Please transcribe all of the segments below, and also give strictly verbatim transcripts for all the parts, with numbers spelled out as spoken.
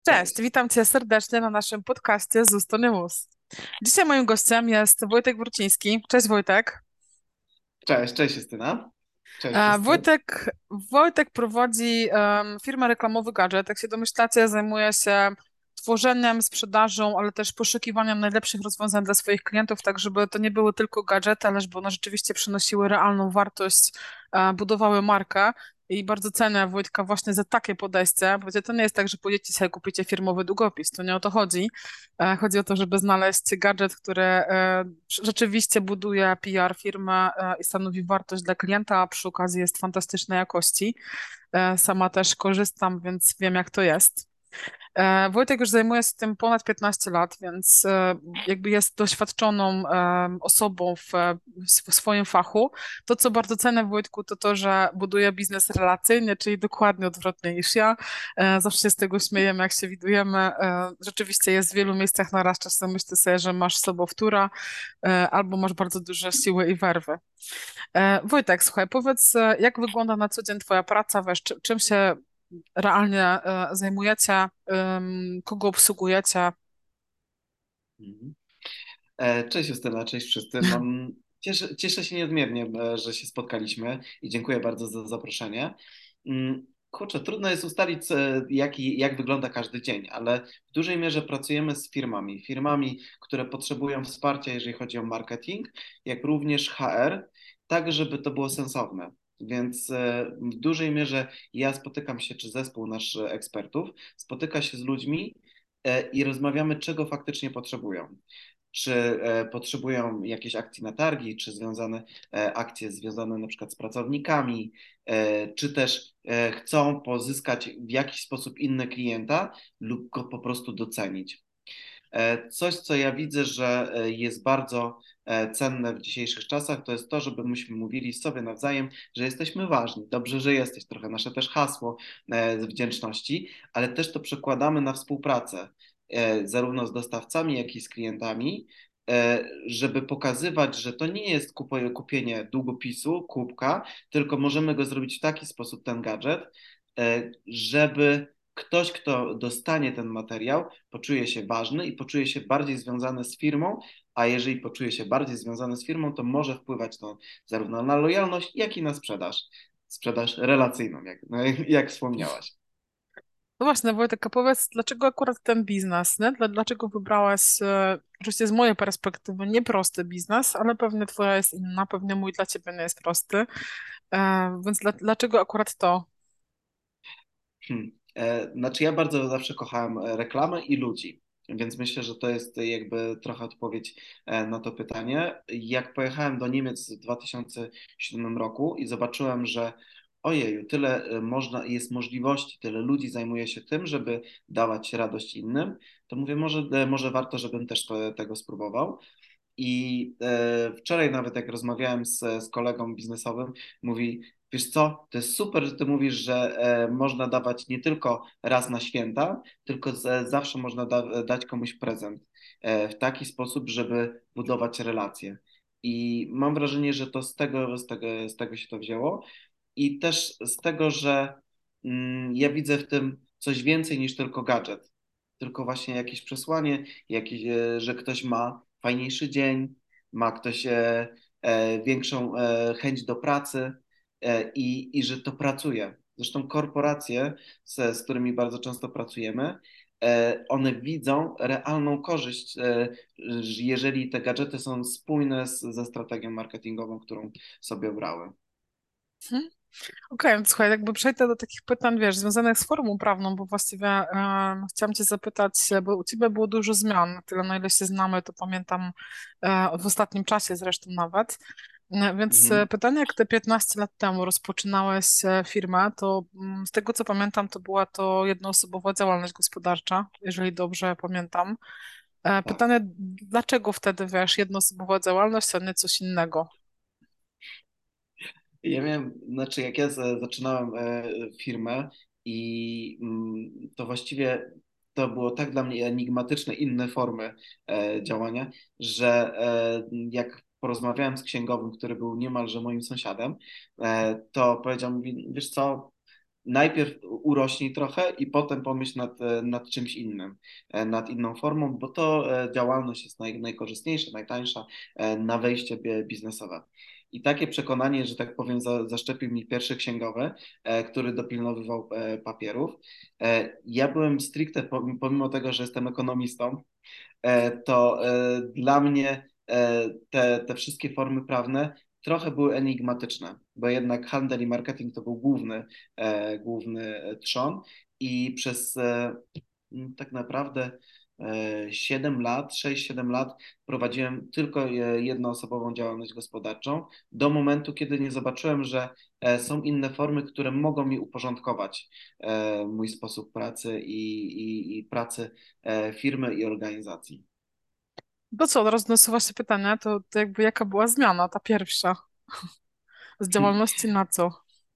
Cześć, Cześć. witam Cię serdecznie na naszym podcaście z ust do ust. Dzisiaj moim gościem jest Wojtek Wróciński. Cześć Wojtek. Cześć, cześć Justyna. Cześć E, wszyscy. Wojtek, Wojtek prowadzi em, firmę reklamowy Gadżet. Jak się domyślacie, zajmuje się tworzeniem, sprzedażą, ale też poszukiwaniem najlepszych rozwiązań dla swoich klientów, tak żeby to nie były tylko gadżety, ale żeby one rzeczywiście przynosiły realną wartość, e, budowały markę. I bardzo cenię Wojtka właśnie za takie podejście. Bo to nie jest tak, że pójdziecie sobie kupicie firmowy długopis. To nie o to chodzi. E, Chodzi o to, żeby znaleźć gadżet, który e, rzeczywiście buduje P R firmy e, i stanowi wartość dla klienta, a przy okazji jest fantastycznej jakości. E, Sama też korzystam, więc wiem, jak to jest. E, Wojtek już zajmuje się tym ponad piętnaście lat, więc e, jakby jest doświadczoną e, osobą w, w swoim fachu. To, co bardzo cenię w Wojtku, to to, że buduje biznes relacyjnie, czyli dokładnie odwrotnie niż ja. E, Zawsze się z tego śmiejemy, jak się widujemy. E, Rzeczywiście jest w wielu miejscach naraz, czasem myślę sobie, że masz sobowtóra e, albo masz bardzo dużo siły i werwy. E, Wojtek, słuchaj, powiedz, e, jak wygląda na co dzień twoja praca, wiesz, czy, czym się realnie e, zajmujecie, ym, kogo obsługujecie? Mhm. E, Cześć Justyna, cześć wszyscy. Mam... Cieszę, cieszę się niezmiernie, e, że się spotkaliśmy i dziękuję bardzo za zaproszenie. Mm, Kurczę, trudno jest ustalić, e, jaki, jak wygląda każdy dzień, ale w dużej mierze pracujemy z firmami. Firmami, które potrzebują wsparcia, jeżeli chodzi o marketing, jak również H R, tak żeby to było sensowne. Więc e, w dużej mierze ja spotykam się, czy zespół nasz e, ekspertów spotyka się z ludźmi e, i rozmawiamy, czego faktycznie potrzebują. Czy e, potrzebują jakiejś akcji na targi, czy związane e, akcje związane na przykład z pracownikami, e, czy też e, chcą pozyskać w jakiś sposób inny klienta lub go po prostu docenić. E, Coś, co ja widzę, że e, jest bardzo e, cenne w dzisiejszych czasach, to jest to, żeby myśmy mówili sobie nawzajem, że jesteśmy ważni. Dobrze, że jesteś, trochę nasze też hasło e, z wdzięczności, ale też to przekładamy na współpracę, e, zarówno z dostawcami, jak i z klientami, e, żeby pokazywać, że to nie jest kupo- kupienie długopisu, kubka, tylko możemy go zrobić w taki sposób, ten gadżet, e, żeby ktoś, kto dostanie ten materiał, poczuje się ważny i poczuje się bardziej związany z firmą, a jeżeli poczuje się bardziej związany z firmą, to może wpływać to zarówno na lojalność, jak i na sprzedaż. Sprzedaż relacyjną, jak, no, jak wspomniałaś. No właśnie, Wojtek, a powiedz, dlaczego akurat ten biznes, nie? Dla- Dlaczego wybrałaś, e, oczywiście z mojej perspektywy, nieprosty biznes, ale pewnie twoja jest inna, pewnie mój dla ciebie nie jest prosty. E, Więc dla, dlaczego akurat to? Hmm. E, Znaczy ja bardzo zawsze kochałem e, reklamę i ludzi, więc myślę, że to jest jakby trochę odpowiedź e, na to pytanie. Jak pojechałem do Niemiec w dwa tysiące siódmym roku i zobaczyłem, że ojeju, tyle e, można, jest możliwości, tyle ludzi zajmuje się tym, żeby dawać radość innym, to mówię, może, e, może warto, żebym też to, tego spróbował. I e, wczoraj nawet jak rozmawiałem z, z kolegą biznesowym, mówi, wiesz co, to jest super, że ty mówisz, że e, można dawać nie tylko raz na święta, tylko z, zawsze można da, dać komuś prezent e, w taki sposób, żeby budować relacje. I mam wrażenie, że to z tego, z tego, z tego się to wzięło i też z tego, że mm, ja widzę w tym coś więcej niż tylko gadżet, tylko właśnie jakieś przesłanie, jakieś, e, że ktoś ma fajniejszy dzień, ma ktoś e, e, większą e, chęć do pracy e, i, i że to pracuje. Zresztą korporacje, z, z którymi bardzo często pracujemy, e, one widzą realną korzyść, e, że jeżeli te gadżety są spójne z, ze strategią marketingową, którą sobie obrały. Hmm? Okej, no słuchaj, jakby przejdę do takich pytań, wiesz, związanych z formą prawną, bo właściwie e, chciałam cię zapytać, e, bo u ciebie było dużo zmian, na tyle na ile się znamy, to pamiętam e, w ostatnim czasie zresztą nawet. E, Więc e, Mhm. pytanie, jak te piętnaście lat temu rozpoczynałeś e, firmę, to mm, z tego co pamiętam, to była to jednoosobowa działalność gospodarcza, jeżeli dobrze pamiętam. E, Tak. Pytanie, dlaczego wtedy, wiesz, jednoosobowa działalność, a nie coś innego? Ja miałem, znaczy jak ja za- zaczynałem e, firmę i mm, to właściwie to było tak dla mnie enigmatyczne inne formy e, działania, że e, jak porozmawiałem z księgowym, który był niemalże moim sąsiadem, e, to powiedział mi, wiesz co, najpierw urośnij trochę i potem pomyśl nad, nad czymś innym, nad inną formą, bo to działalność jest naj, najkorzystniejsza, najtańsza na wejście biznesowe. I takie przekonanie, że tak powiem, za, zaszczepił mi pierwszy księgowy, który dopilnowywał papierów. Ja byłem stricte, pomimo tego, że jestem ekonomistą, to dla mnie te, te wszystkie formy prawne trochę były enigmatyczne, bo jednak handel i marketing to był główny, główny trzon i przez tak naprawdę siedem lat, sześć siedem lat prowadziłem tylko jednoosobową działalność gospodarczą do momentu, kiedy nie zobaczyłem, że są inne formy, które mogą mi uporządkować mój sposób pracy i, i, i pracy firmy i organizacji. To co, od razu nasuwa się pytanie, to, to jakby jaka była zmiana, ta pierwsza, z działalności na co?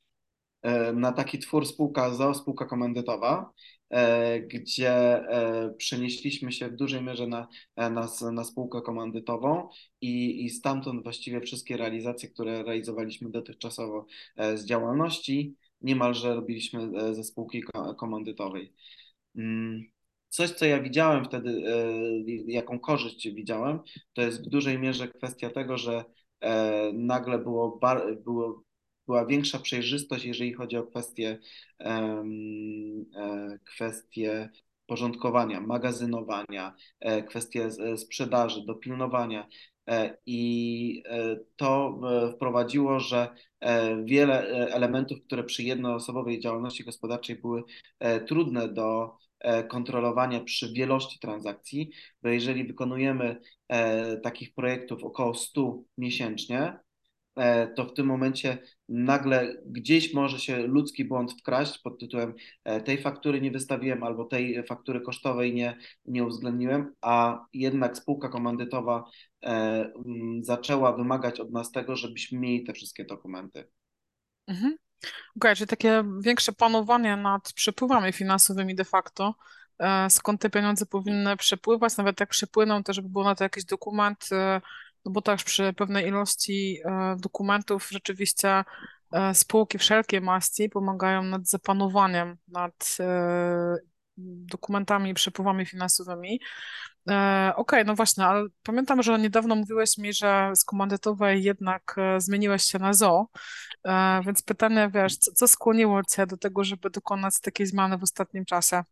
Na taki twór spółka z o o, spółka komandytowa, e, gdzie e, przenieśliśmy się w dużej mierze na, na, na spółkę komandytową i, i stamtąd właściwie wszystkie realizacje, które realizowaliśmy dotychczasowo e, z działalności, niemalże robiliśmy e, ze spółki ko- komandytowej. Mm, Coś, co ja widziałem wtedy, e, jaką korzyść widziałem, to jest w dużej mierze kwestia tego, że e, nagle było, bar, było była większa przejrzystość, jeżeli chodzi o kwestie, em, e, kwestie porządkowania, magazynowania, e, kwestie e, sprzedaży, dopilnowania. E, I e, to e, wprowadziło, że e, wiele e, elementów, które przy jednoosobowej działalności gospodarczej były e, trudne do e, kontrolowania przy wielości transakcji, bo jeżeli wykonujemy e, takich projektów około stu miesięcznie, e, to w tym momencie nagle gdzieś może się ludzki błąd wkraść pod tytułem e, tej faktury nie wystawiłem albo tej faktury kosztowej nie, nie uwzględniłem, a jednak spółka komandytowa e, mm, zaczęła wymagać od nas tego, żebyśmy mieli te wszystkie dokumenty. Mhm. Okej, czyli takie większe panowanie nad przepływami finansowymi de facto, e, skąd te pieniądze powinny przepływać, nawet jak przepłyną, to żeby był na to jakiś dokument, e, no bo też przy pewnej ilości e, dokumentów rzeczywiście e, spółki wszelkiej maści pomagają nad zapanowaniem nad e, dokumentami i przepływami finansowymi. E, Okej, no właśnie, ale pamiętam, że niedawno mówiłeś mi, że z komandytowej jednak e, zmieniłeś się na z o o. E, więc pytanie, wiesz, co, co skłoniło cię do tego, żeby dokonać takiej zmiany w ostatnim czasie?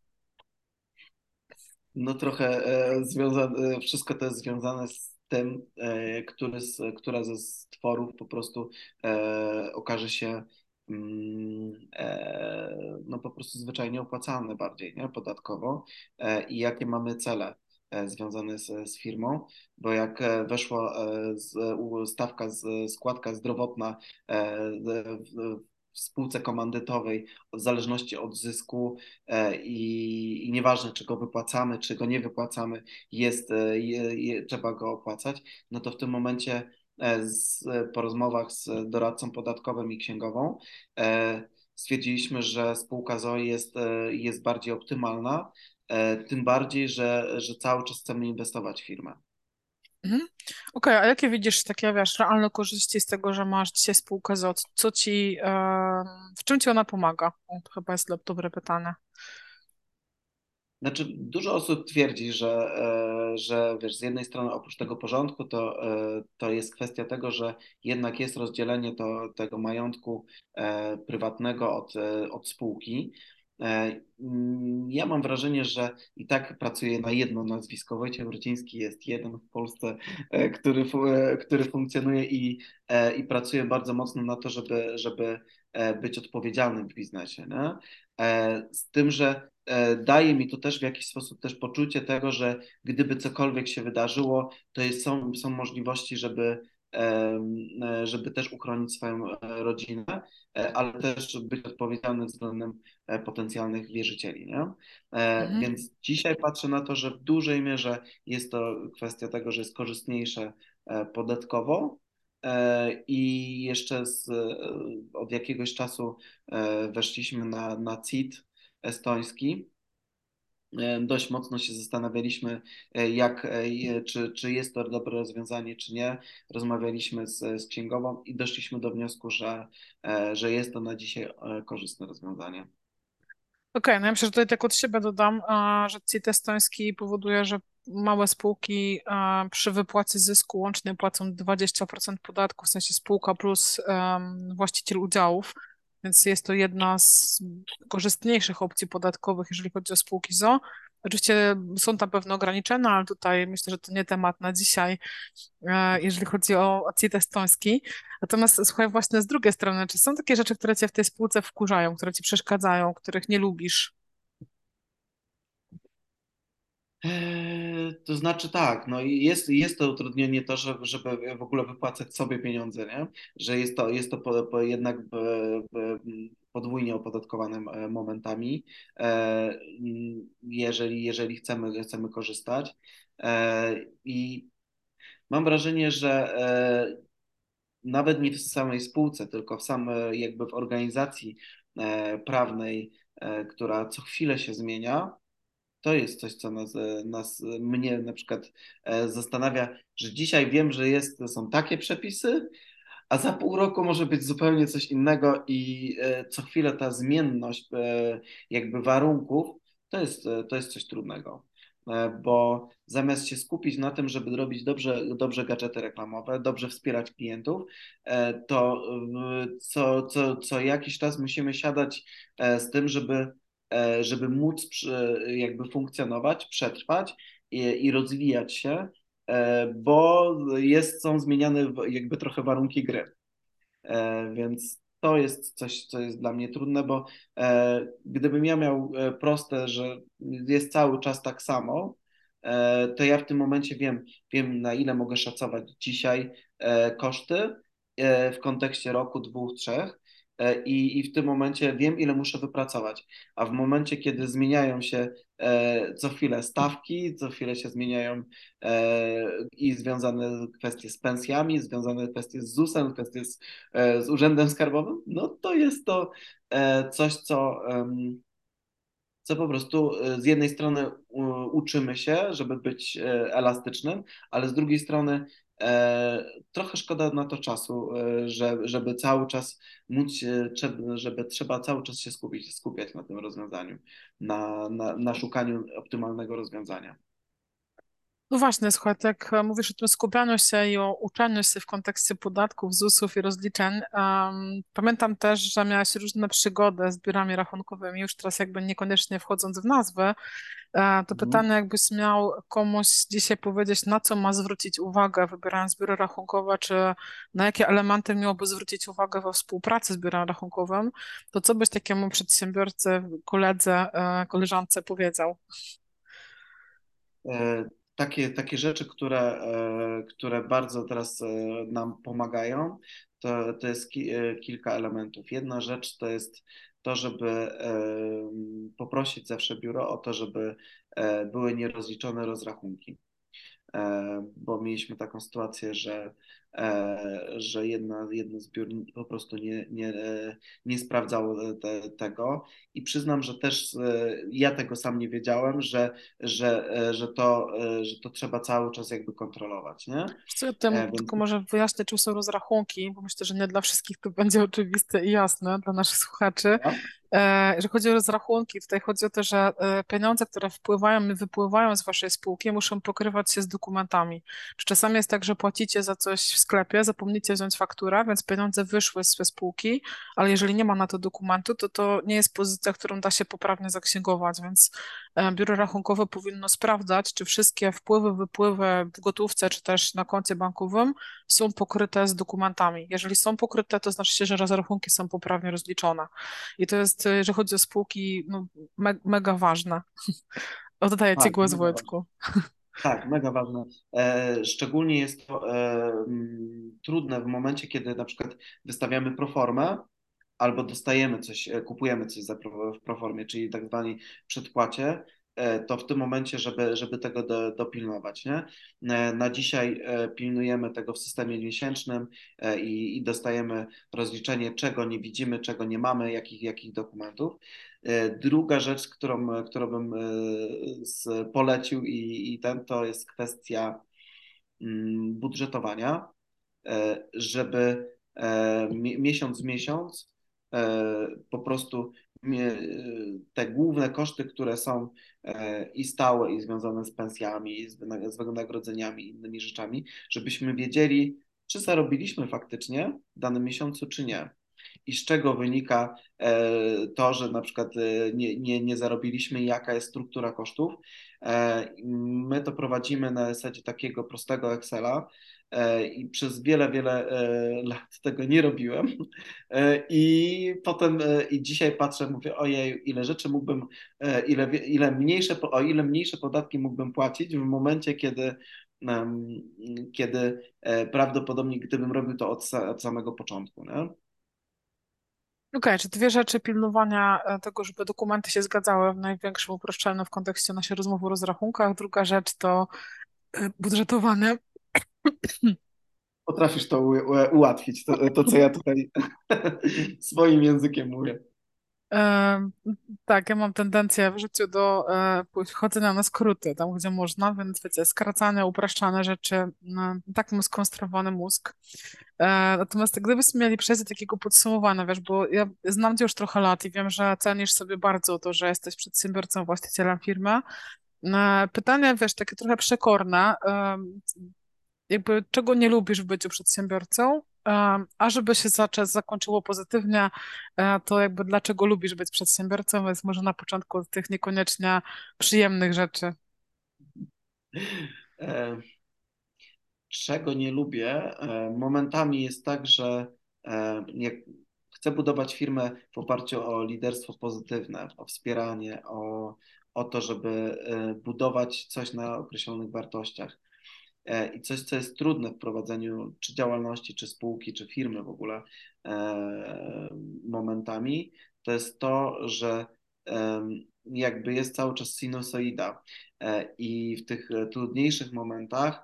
No trochę e, związane, e, wszystko to jest związane z tym, e, który z, która ze stworów po prostu e, okaże się mm, e, no po prostu zwyczajnie opłacalne bardziej, nie? Podatkowo e, i jakie mamy cele e, związane z, z firmą, bo jak e, weszła e, z, u- stawka, z, składka zdrowotna e, w, w spółce komandytowej w zależności od zysku, e, i, i nieważne, czy go wypłacamy, czy go nie wypłacamy, jest, e, je, je, trzeba go opłacać, no to w tym momencie e, z, po rozmowach z doradcą podatkowym i księgową e, stwierdziliśmy, że spółka z o o jest, e, jest bardziej optymalna, e, tym bardziej, że, że cały czas chcemy inwestować w firmę. Mhm. Okej, a jakie widzisz takie, wiesz, realne korzyści z tego, że masz dzisiaj spółkę z o o? Co ci, e, w czym ci ona pomaga? O, to chyba jest dobre pytanie. Znaczy, dużo osób twierdzi, że, e, że wiesz, z jednej strony oprócz tego porządku, to, e, to jest kwestia tego, że jednak jest rozdzielenie to, tego majątku e, prywatnego od, e, od spółki. E, mm, Ja mam wrażenie, że i tak pracuję na jedno nazwisko. Wojciech Wróciński jest jeden w Polsce, e, który, fu- e, który funkcjonuje i, e, i pracuje bardzo mocno na to, żeby, żeby e, być odpowiedzialnym w biznesie. Nie? E, Z tym, że e, daje mi to też w jakiś sposób też poczucie tego, że gdyby cokolwiek się wydarzyło, to jest, są, są możliwości, żeby, em, e, żeby też uchronić swoją e, rodzinę, e, ale też być odpowiedzialnym względem e, potencjalnych wierzycieli, nie? E, Mhm. Więc dzisiaj patrzę na to, że w dużej mierze jest to kwestia tego, że jest korzystniejsze e, podatkowo. E, I jeszcze z, e, od jakiegoś czasu e, weszliśmy na, na C I T estoński, e, dość mocno się zastanawialiśmy, e, jak, e, czy, czy jest to dobre rozwiązanie, czy nie. Rozmawialiśmy z, z księgową i doszliśmy do wniosku, że, e, że jest to na dzisiaj e, korzystne rozwiązanie. Okej, no ja myślę, że tutaj tak od siebie dodam, a, że C I T estoński powoduje, że małe spółki a, przy wypłacie zysku łącznie płacą dwadzieścia procent podatku, w sensie spółka plus em, właściciel udziałów, więc jest to jedna z korzystniejszych opcji podatkowych, jeżeli chodzi o spółki z o o. Oczywiście są tam pewne ograniczenia, ale tutaj myślę, że to nie temat na dzisiaj, e, jeżeli chodzi o, o C I T estoński. Natomiast słuchaj, właśnie z drugiej strony, czy są takie rzeczy, które cię w tej spółce wkurzają, które ci przeszkadzają, których nie lubisz? Eee, To znaczy tak, no i jest, jest to utrudnienie to, że, żeby w ogóle wypłacać sobie pieniądze, nie? Że jest to, jest to po, po jednak e, e, podwójnie opodatkowanym e, momentami, e, jeżeli, jeżeli chcemy, chcemy korzystać. E, I mam wrażenie, że e, nawet nie w samej spółce, tylko w samej jakby w organizacji e, prawnej, e, która co chwilę się zmienia, to jest coś, co nas, e, nas, e, mnie na przykład e, zastanawia, że dzisiaj wiem, że jest, są takie przepisy, a za pół roku może być zupełnie coś innego i e, co chwilę ta zmienność e, jakby warunków to jest, e, to jest coś trudnego. E, Bo zamiast się skupić na tym, żeby robić dobrze, dobrze gadżety reklamowe, dobrze wspierać klientów, e, to w- co, co, co jakiś czas musimy siadać e, z tym, żeby, e, żeby móc przy- jakby funkcjonować, przetrwać i, i rozwijać się, e, bo jest, są zmieniane w- jakby trochę warunki gry. E, Więc to jest coś, co jest dla mnie trudne, bo e, gdybym ja miał e, proste, że jest cały czas tak samo, e, to ja w tym momencie wiem, wiem na ile mogę szacować dzisiaj e, koszty e, w kontekście roku, dwóch, trzech. e, I, I w tym momencie wiem, ile muszę wypracować. A w momencie, kiedy zmieniają się e, co chwilę stawki, co chwilę się zmieniają e, i związane kwestie z pensjami, związane kwestie z zusem, kwestie z e, z Urzędem Skarbowym, no to jest to e, coś, co, em, co po prostu e, z jednej strony u, uczymy się, żeby być e, elastycznym, ale z drugiej strony e, trochę szkoda na to czasu, e, że, żeby cały czas móc się, trzeba- żeby trzeba cały czas się skupić, skupiać na tym rozwiązaniu, na, na, na szukaniu optymalnego rozwiązania. No właśnie, słuchaj, tak e, mówisz o tym skupianiu się i o uczeniu się w kontekście podatków, zusów i rozliczeń. em, pamiętam też, że miałaś różne przygody z biurami rachunkowymi, już teraz jakby niekoniecznie wchodząc w nazwę, e, to Mhm. pytanie, jakbyś miał komuś dzisiaj powiedzieć, na co ma zwrócić uwagę, wybierając biuro rachunkowe, czy na jakie elementy miałoby zwrócić uwagę we współpracy z biurem rachunkowym, to co byś takiemu przedsiębiorcy, koledze, e, koleżance powiedział? E, Takie, takie rzeczy, które, e, które bardzo teraz e, nam pomagają, to, to jest ki, e, kilka elementów. Jedna rzecz to jest to, żeby e, poprosić zawsze biuro o to, żeby e, były nierozliczone rozrachunki. E, bo mieliśmy taką sytuację, że, e, że jedna, jedno z biur po prostu nie, nie, e, nie sprawdzało te, tego i przyznam, że też e, ja tego sam nie wiedziałem, że, że, e, że, to, e, że to trzeba cały czas jakby kontrolować, nie? Wiesz co, ja tym E, Więc tylko może wyjaśnię, czym są rozrachunki, bo myślę, że nie dla wszystkich to będzie oczywiste i jasne, dla naszych słuchaczy. no, E, Jeżeli chodzi o rozrachunki, tutaj chodzi o to, że e, pieniądze, które wpływają i wypływają z waszej spółki, muszą pokrywać się z dokumentami. Czy czasami jest tak, że płacicie za coś w sklepie, zapomnicie wziąć fakturę, więc pieniądze wyszły z spółki, ale jeżeli nie ma na to dokumentu, to to nie jest pozycja, którą da się poprawnie zaksięgować, więc e, biuro rachunkowe powinno sprawdzać, czy wszystkie wpływy, wypływy w gotówce, czy też na koncie bankowym są pokryte z dokumentami. Jeżeli są pokryte, to znaczy się, że rozrachunki są poprawnie rozliczone. I to jest, e, jeżeli chodzi o spółki, no, me mega ważne. Oddaję Ci tak, głos, mega ważne. Wojtku. Tak, mega ważne. E, szczególnie jest to e, mm, trudne w momencie, kiedy na przykład wystawiamy proformę, albo dostajemy coś, e, kupujemy coś za pro, w proformie, czyli tak zwanej przedpłacie, e, to w tym momencie, żeby, żeby tego do, dopilnować, nie? E, Na dzisiaj e, pilnujemy tego w systemie miesięcznym e, i, i dostajemy rozliczenie, czego nie widzimy, czego nie mamy, jakich, jakich dokumentów. Druga rzecz, którą, którą bym z- polecił i, i ten, to jest kwestia mm, budżetowania, e, żeby e, mi- miesiąc w miesiąc e, po prostu mie- te główne koszty, które są e, i stałe, i związane z pensjami, i z wyna- z wynagrodzeniami, i innymi rzeczami, żebyśmy wiedzieli, czy zarobiliśmy faktycznie w danym miesiącu, czy nie. I z czego wynika e, to, że na przykład e, nie, nie, nie zarobiliśmy i jaka jest struktura kosztów. E, My to prowadzimy na zasadzie takiego prostego Excela e, i przez wiele, wiele e, lat tego nie robiłem. E, I potem e, i dzisiaj patrzę, mówię, ojej, ile rzeczy mógłbym, e, ile, wie- ile mniejsze, po- o ile mniejsze podatki mógłbym płacić w momencie, kiedy em, kiedy e, prawdopodobnie gdybym robił to od, sa- od samego początku, nie? Okej, czy dwie rzeczy pilnowania e, tego, żeby dokumenty się zgadzały w największym uproszczeniu w kontekście naszej rozmowy o rozrachunkach. Druga rzecz to e, budżetowanie. Potrafisz to u, u, ułatwić, to, to co ja tutaj swoim językiem mówię. E, tak, ja mam tendencję w życiu do e, pójść- chodzenia na skróty, tam gdzie można, więc wiecie, skracane, upraszczane rzeczy, no, tak mam skonstruowany mózg. E, natomiast gdybyśmy mieli przejść do takiego podsumowania, wiesz, bo ja znam cię już trochę lat i wiem, że cenisz sobie bardzo to, że jesteś przedsiębiorcą, właścicielem firmy. E, Pytanie, wiesz, takie trochę przekorne. e, Jakby czego nie lubisz w byciu przedsiębiorcą, e, a żeby się zacząć, zakończyło pozytywnie, e, to jakby dlaczego lubisz być przedsiębiorcą, więc może na początku od tych niekoniecznie przyjemnych rzeczy. E, czego nie lubię? E, momentami jest tak, że e, jak chcę budować firmę w oparciu o liderstwo pozytywne, o wspieranie, o, o to, żeby e, budować coś na określonych wartościach. E, I coś, co jest trudne w prowadzeniu czy działalności, czy spółki, czy firmy w ogóle e, momentami, to jest to, że em, jakby jest cały czas sinusoida E, i w tych e, trudniejszych momentach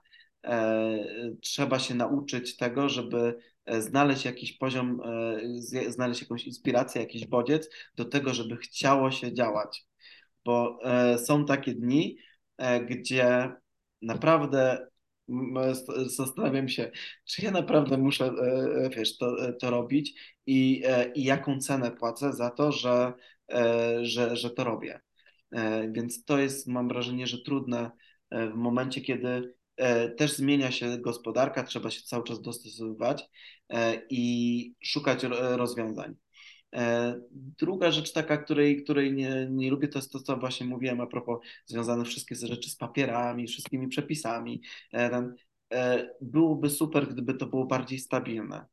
e, trzeba się nauczyć tego, żeby e, znaleźć jakiś poziom, e, zje- znaleźć jakąś inspirację, jakiś bodziec do tego, żeby chciało się działać. Bo e, są takie dni, e, gdzie naprawdę m, st- zastanawiam się, czy ja naprawdę muszę, e, e, wiesz, to, e, to robić i, e, i jaką cenę płacę za to, że, e, że, że to robię. E, Więc to jest, mam wrażenie, że trudne e, w momencie, kiedy e, też zmienia się gospodarka, trzeba się cały czas dostosowywać e, i szukać ro- rozwiązań. E, Druga rzecz taka, której, której nie, nie lubię, to jest to, co właśnie mówiłem a propos związane wszystkie rzeczy z papierami, wszystkimi przepisami. E, ten, e, byłoby super, gdyby to było bardziej stabilne,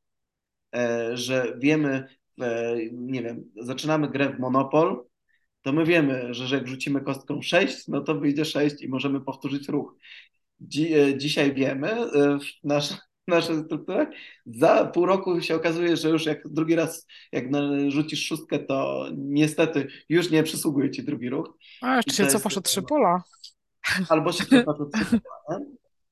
E, że wiemy, e, nie wiem, zaczynamy grę w Monopol, to my wiemy, że, że jak rzucimy kostką sześć, no to wyjdzie sześć i możemy powtórzyć ruch. Dzi e, dzisiaj wiemy e, w nasz, naszych strukturach, za pół roku się okazuje, że już jak drugi raz, jak na- rzucisz szóstkę, to niestety już nie przysługuje ci drugi ruch. A jeszcze I się to jest cofasz o trzy pola. albo się cofa to trzy pola,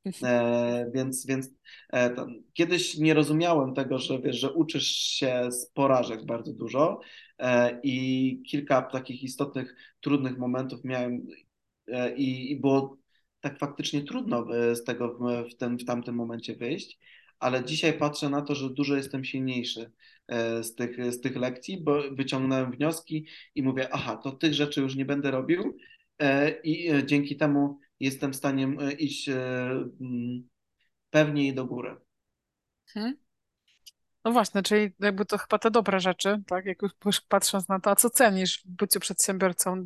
E, więc więc e, to, kiedyś nie rozumiałem tego, że wiesz, że uczysz się z porażek bardzo dużo e, i kilka takich istotnych, trudnych momentów miałem e, i, i było tak faktycznie trudno e, z tego w, w, tym, w tamtym momencie wyjść, ale dzisiaj patrzę na to, że dużo jestem silniejszy e, z tych, z tych lekcji, bo wyciągnąłem wnioski i mówię, aha, to tych rzeczy już nie będę robił e, i e, dzięki temu jestem w stanie e, iść e, mm, pewniej do góry. Hmm? No właśnie, czyli jakby to chyba te dobre rzeczy, tak? Jak już patrząc na to, a co cenisz w byciu przedsiębiorcą?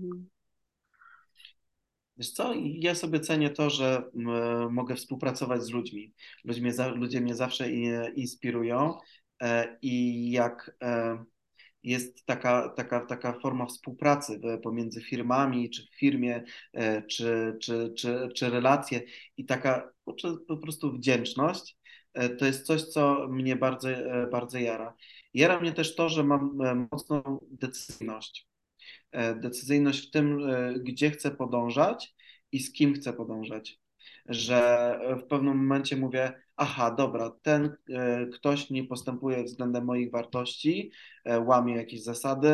Wiesz co, ja sobie cenię to, że m, mogę współpracować z ludźmi. Ludzie mnie, za, ludzie mnie zawsze i- inspirują e, i jak e, jest taka, taka, taka forma współpracy e, pomiędzy firmami, czy w firmie, e, czy, czy, czy, czy relacje i taka kurczę, po prostu wdzięczność, e, to jest coś, co mnie bardzo, e, bardzo jara. Jara mnie też to, że mam e, mocną decyzyjność. E, Decyzyjność w tym, e, gdzie chcę podążać i z kim chcę podążać. Że w pewnym momencie mówię, aha, dobra, ten e, ktoś nie postępuje względem moich wartości, e, łamie jakieś zasady,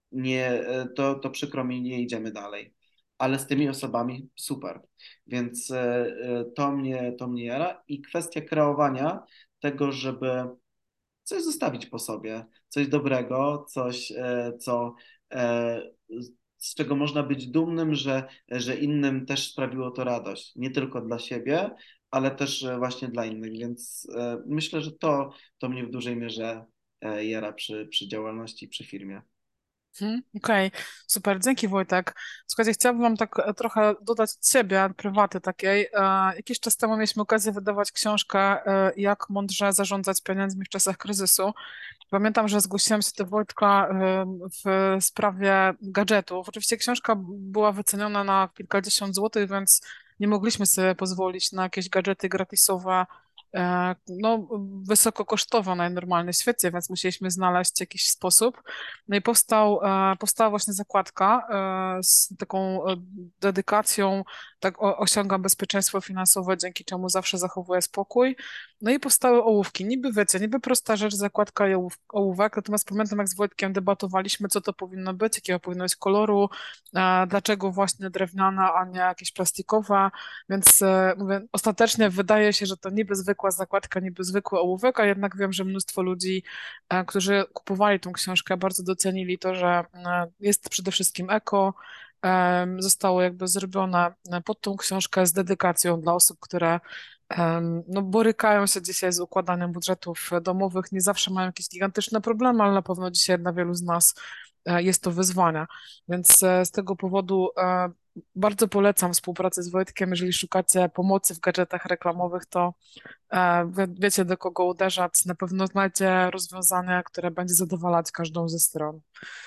nie, e, to, to przykro mi, nie idziemy dalej. Ale z tymi osobami super. Więc e, e, to mnie, to mnie jara. I kwestia kreowania tego, żeby coś zostawić po sobie, coś dobrego, coś, e, co, e, z czego można być dumnym, że, że innym też sprawiło to radość. Nie tylko dla siebie, ale też e, właśnie dla innych. Więc e, myślę, że to, to mnie w dużej mierze e, jara przy, przy działalności, przy firmie. Mhm, okej, super, dzięki Wojtek. Słuchajcie, chciałabym wam tak e, trochę dodać od siebie, prywaty takiej. E, jakiś czas temu mieliśmy okazję wydawać książkę e, Jak mądrze zarządzać pieniędzmi w czasach kryzysu. Pamiętam, że zgłosiłam się do Wojtka e, w sprawie gadżetów. Oczywiście książka była wyceniona na kilkadziesiąt złotych, więc nie mogliśmy sobie pozwolić na jakieś gadżety gratisowe, e, no, wysokokosztowo najnormalniej w świecie, więc musieliśmy znaleźć jakiś sposób. No i powstał, e, powstała właśnie zakładka e, z taką e, dedykacją, tak o, osiągam bezpieczeństwo finansowe, dzięki czemu zawsze zachowuję spokój. No i powstały ołówki. Niby wiecie, niby prosta rzecz, zakładka i ołów, ołówek, natomiast pamiętam, jak z Wojtkiem debatowaliśmy, co to powinno być, jakiego powinno być koloru, e, dlaczego właśnie drewniane, a nie jakieś plastikowe, więc e, mówię, ostatecznie wydaje się, że to niby zwykła zakładka, niby zwykły ołówek, a jednak wiem, że mnóstwo ludzi, e, którzy kupowali tą książkę, bardzo docenili to, że e, jest przede wszystkim eko. Em, Zostało jakby zrobione e, pod tą książkę z dedykacją dla osób, które em, no, borykają się dzisiaj z układaniem budżetów domowych. Nie zawsze mają jakieś gigantyczne problemy, ale na pewno dzisiaj dla wielu z nas e, jest to wyzwanie. Więc e, z tego powodu e, bardzo polecam współpracę z Wojtkiem. Jeżeli szukacie pomocy w gadżetach reklamowych, to e, wie- wiecie, do kogo uderzać. Na pewno znajdzie rozwiązanie, które będzie zadowalać każdą ze stron.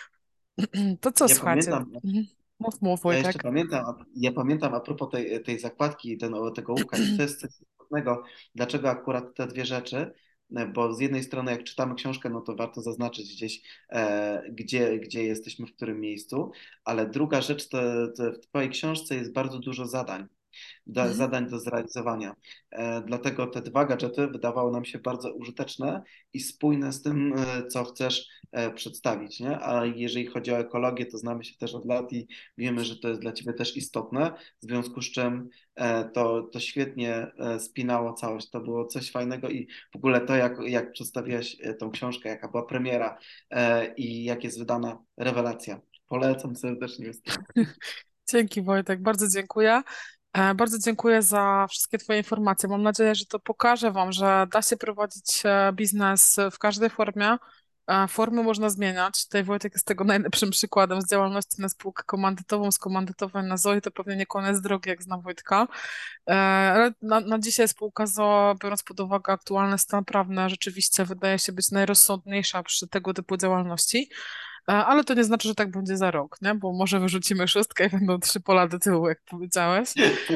To co, Ja słuchajcie? pamiętam, Mhm. Mów, mów, ja jeszcze Wojtek. pamiętam, a- ja pamiętam a propos tej, tej zakładki, ten, tego ołówka, i to jest coś istotnego, dlaczego akurat te dwie rzeczy, e, bo z jednej strony jak czytamy książkę, no to warto zaznaczyć gdzieś, e, gdzie, gdzie jesteśmy, w którym miejscu, ale druga rzecz, to, to w Twojej książce jest bardzo dużo zadań da, Mhm. zadań do zrealizowania. E, dlatego te dwa gadżety wydawały nam się bardzo użyteczne i spójne z tym, e, co chcesz e, przedstawić, nie? A jeżeli chodzi o ekologię, to znamy się też od lat i wiemy, że to jest dla Ciebie też istotne, w związku z czym e, to, to świetnie e, spinało całość. To było coś fajnego i w ogóle to, jak, jak przedstawiłaś e, tą książkę, jaka była premiera e, i jak jest wydana, rewelacja. Polecam serdecznie Justyna. Dzięki, Wojtek, bardzo dziękuję. E, Bardzo dziękuję za wszystkie Twoje informacje. Mam nadzieję, że to pokaże Wam, że da się prowadzić e, biznes w każdej formie. E, Formy można zmieniać. Tutaj Wojtek jest tego najlepszym przykładem z działalności na spółkę komandytową, z komandytowej na ZOI. To pewnie nie koniec drogi, jak znam Wojtka. E, Ale na, na dzisiaj spółka Z O O, biorąc pod uwagę aktualny stan prawny, rzeczywiście wydaje się być najrozsądniejsza przy tego typu działalności. E, Ale to nie znaczy, że tak będzie za rok, nie? Bo może wyrzucimy szóstkę i będą trzy pola do tyłu, jak powiedziałeś,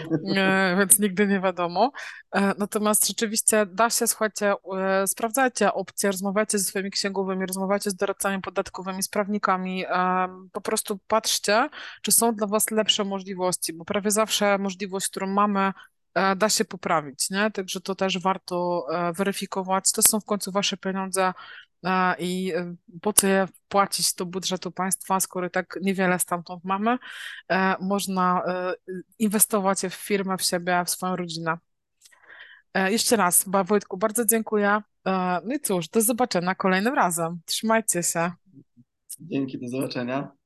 e, więc nigdy nie wiadomo. E, Natomiast rzeczywiście da się, słuchajcie, e, sprawdzajcie opcje, rozmawiajcie ze swoimi księgowymi, rozmawiajcie z doradcami podatkowymi, z prawnikami, e, po prostu patrzcie, czy są dla Was lepsze możliwości, bo prawie zawsze możliwość, którą mamy, e, da się poprawić, nie? Także to też warto e, weryfikować. To są w końcu Wasze pieniądze e, i e, po co je płacić do budżetu państwa, skoro tak niewiele stamtąd mamy. E, Można e, inwestować je w firmę, w siebie, w swoją rodzinę. E, Jeszcze raz, Ba- Wojtku, bardzo dziękuję. E, No i cóż, do zobaczenia kolejnym razem. Trzymajcie się. Dzięki, do zobaczenia.